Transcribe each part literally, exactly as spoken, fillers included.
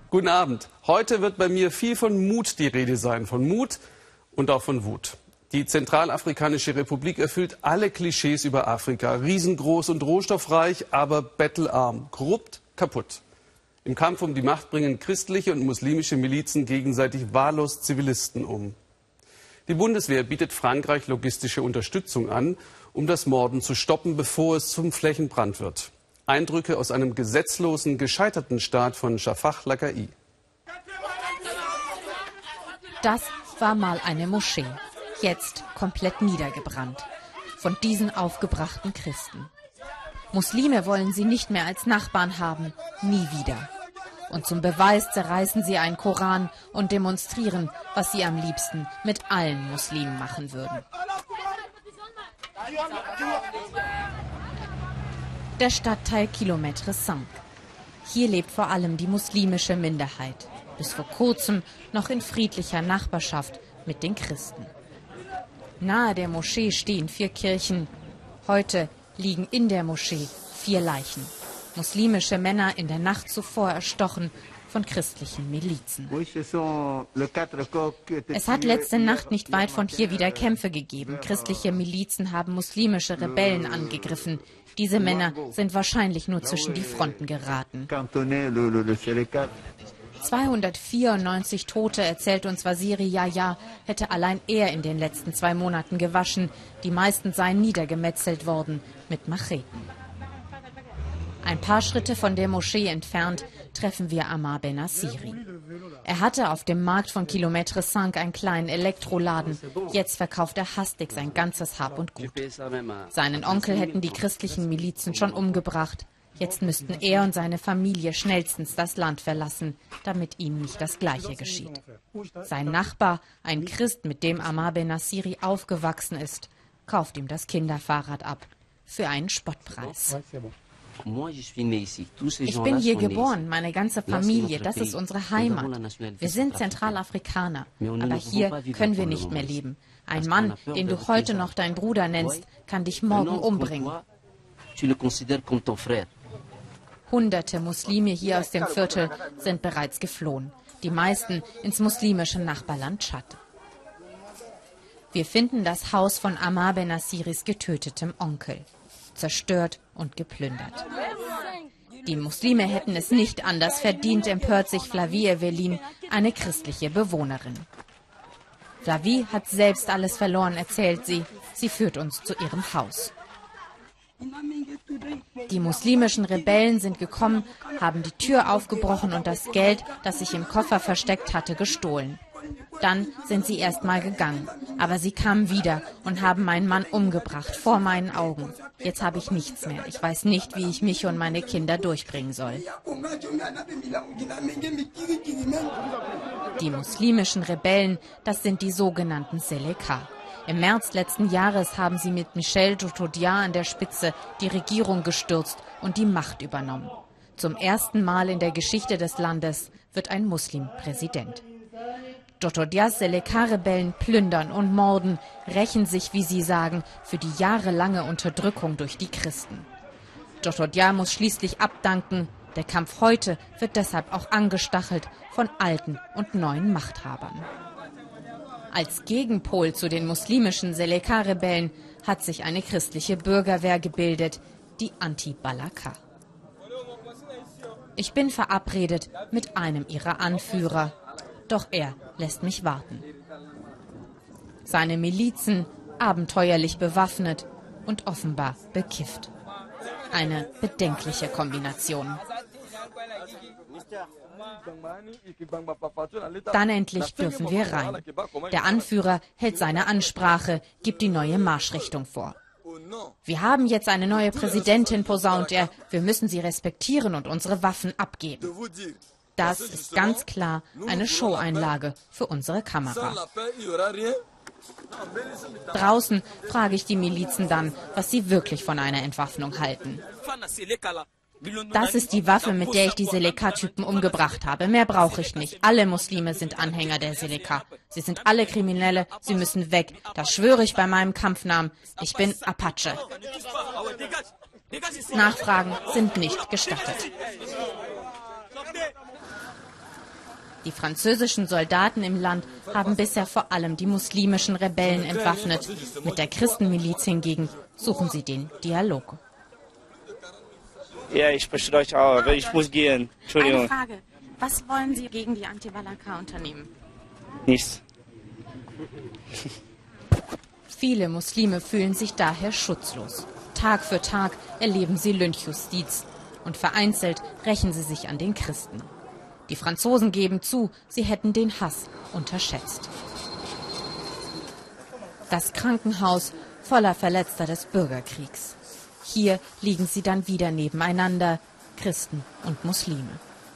Guten Abend. Heute wird bei mir viel von Mut die Rede sein. Von Mut und auch von Wut. Die Zentralafrikanische Republik erfüllt alle Klischees über Afrika. Riesengroß und rohstoffreich, aber bettelarm. Korrupt, kaputt. Im Kampf um die Macht bringen christliche und muslimische Milizen gegenseitig wahllos Zivilisten um. Die Bundeswehr bietet Frankreich logistische Unterstützung an, um das Morden zu stoppen, bevor es zum Flächenbrand wird. Eindrücke aus einem gesetzlosen, gescheiterten Staat von Shafak Lakai. Das war mal eine Moschee, jetzt komplett niedergebrannt. Von diesen aufgebrachten Christen. Muslime wollen sie nicht mehr als Nachbarn haben, nie wieder. Und zum Beweis zerreißen sie einen Koran und demonstrieren, was sie am liebsten mit allen Muslimen machen würden. Der Stadtteil Kilometre cinq. Hier lebt vor allem die muslimische Minderheit. Bis vor kurzem noch in friedlicher Nachbarschaft mit den Christen. Nahe der Moschee stehen vier Kirchen. Heute liegen in der Moschee vier Leichen. Muslimische Männer in der Nacht zuvor erstochen von christlichen Milizen. Es hat letzte Nacht nicht weit von hier wieder Kämpfe gegeben. Christliche Milizen haben muslimische Rebellen angegriffen. Diese Männer sind wahrscheinlich nur zwischen die Fronten geraten. zweihundertvierundneunzig Tote, erzählt uns Waziri Yahya, hätte allein er in den letzten zwei Monaten gewaschen. Die meisten seien niedergemetzelt worden mit Macheten. Ein paar Schritte von der Moschee entfernt treffen wir Ammar Benassiri. Er hatte auf dem Markt von Kilometre cinq einen kleinen Elektroladen. Jetzt verkauft er hastig sein ganzes Hab und Gut. Seinen Onkel hätten die christlichen Milizen schon umgebracht. Jetzt müssten er und seine Familie schnellstens das Land verlassen, damit ihm nicht das Gleiche geschieht. Sein Nachbar, ein Christ, mit dem Ammar Benassiri aufgewachsen ist, kauft ihm das Kinderfahrrad ab. Für einen Spottpreis. Ich bin hier geboren, meine ganze Familie, das ist unsere Heimat. Wir sind Zentralafrikaner, aber hier können wir nicht mehr leben. Ein Mann, den du heute noch dein Bruder nennst, kann dich morgen umbringen. Hunderte Muslime hier aus dem Viertel sind bereits geflohen, die meisten ins muslimische Nachbarland Tschad. Wir finden das Haus von Ammar Benassiris getötetem Onkel. Zerstört und geplündert. Die Muslime hätten es nicht anders verdient, empört sich Flavie Evelyn, eine christliche Bewohnerin. Flavie hat selbst alles verloren, erzählt sie. Sie führt uns zu ihrem Haus. Die muslimischen Rebellen sind gekommen, haben die Tür aufgebrochen und das Geld, das sich im Koffer versteckt hatte, gestohlen. Dann sind sie erst mal gegangen. Aber sie kamen wieder und haben meinen Mann umgebracht, vor meinen Augen. Jetzt habe ich nichts mehr. Ich weiß nicht, wie ich mich und meine Kinder durchbringen soll. Die muslimischen Rebellen, das sind die sogenannten Seleka. Im März letzten Jahres haben sie mit Michel Djotodia an der Spitze die Regierung gestürzt und die Macht übernommen. Zum ersten Mal in der Geschichte des Landes wird ein Muslim Präsident. Djotodias Seleka-Rebellen plündern und morden, rächen sich, wie sie sagen, für die jahrelange Unterdrückung durch die Christen. Djotodia muss schließlich abdanken. Der Kampf heute wird deshalb auch angestachelt von alten und neuen Machthabern. Als Gegenpol zu den muslimischen Seleka-Rebellen hat sich eine christliche Bürgerwehr gebildet, die Anti-Balaka. Ich bin verabredet mit einem ihrer Anführer. Doch er lässt mich warten. Seine Milizen abenteuerlich bewaffnet und offenbar bekifft. Eine bedenkliche Kombination. Dann endlich dürfen wir rein. Der Anführer hält seine Ansprache, gibt die neue Marschrichtung vor. Wir haben jetzt eine neue Präsidentin, posaunt er. Wir müssen sie respektieren und unsere Waffen abgeben. Das ist ganz klar eine Showeinlage für unsere Kamera. Draußen frage ich die Milizen dann, was sie wirklich von einer Entwaffnung halten. Das ist die Waffe, mit der ich die Seleka-Typen umgebracht habe. Mehr brauche ich nicht. Alle Muslime sind Anhänger der Seleka. Sie sind alle Kriminelle, sie müssen weg. Das schwöre ich bei meinem Kampfnamen. Ich bin Apache. Nachfragen sind nicht gestattet. Die französischen Soldaten im Land haben bisher vor allem die muslimischen Rebellen entwaffnet. Mit der Christenmiliz hingegen suchen sie den Dialog. Ja, ich spreche Deutsch auch, aber ich muss gehen. Entschuldigung. Eine Frage. Was wollen Sie gegen die Anti-Balaka unternehmen? Nichts. Viele Muslime fühlen sich daher schutzlos. Tag für Tag erleben sie Lynchjustiz. Und vereinzelt rächen sie sich an den Christen. Die Franzosen geben zu, sie hätten den Hass unterschätzt. Das Krankenhaus voller Verletzter des Bürgerkriegs. Hier liegen sie dann wieder nebeneinander, Christen und Muslime.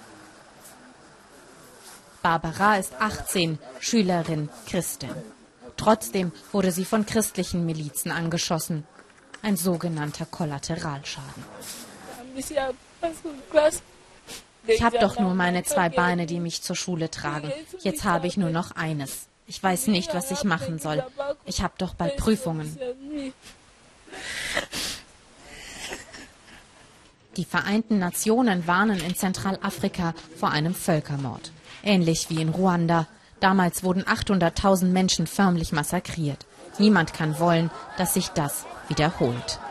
Barbara ist achtzehn, Schülerin, Christin. Trotzdem wurde sie von christlichen Milizen angeschossen. Ein sogenannter Kollateralschaden. Ich habe doch nur meine zwei Beine, die mich zur Schule tragen. Jetzt habe ich nur noch eines. Ich weiß nicht, was ich machen soll. Ich habe doch bald Prüfungen. Die Vereinten Nationen warnen in Zentralafrika vor einem Völkermord. Ähnlich wie in Ruanda. Damals wurden achthunderttausend Menschen förmlich massakriert. Niemand kann wollen, dass sich das wiederholt.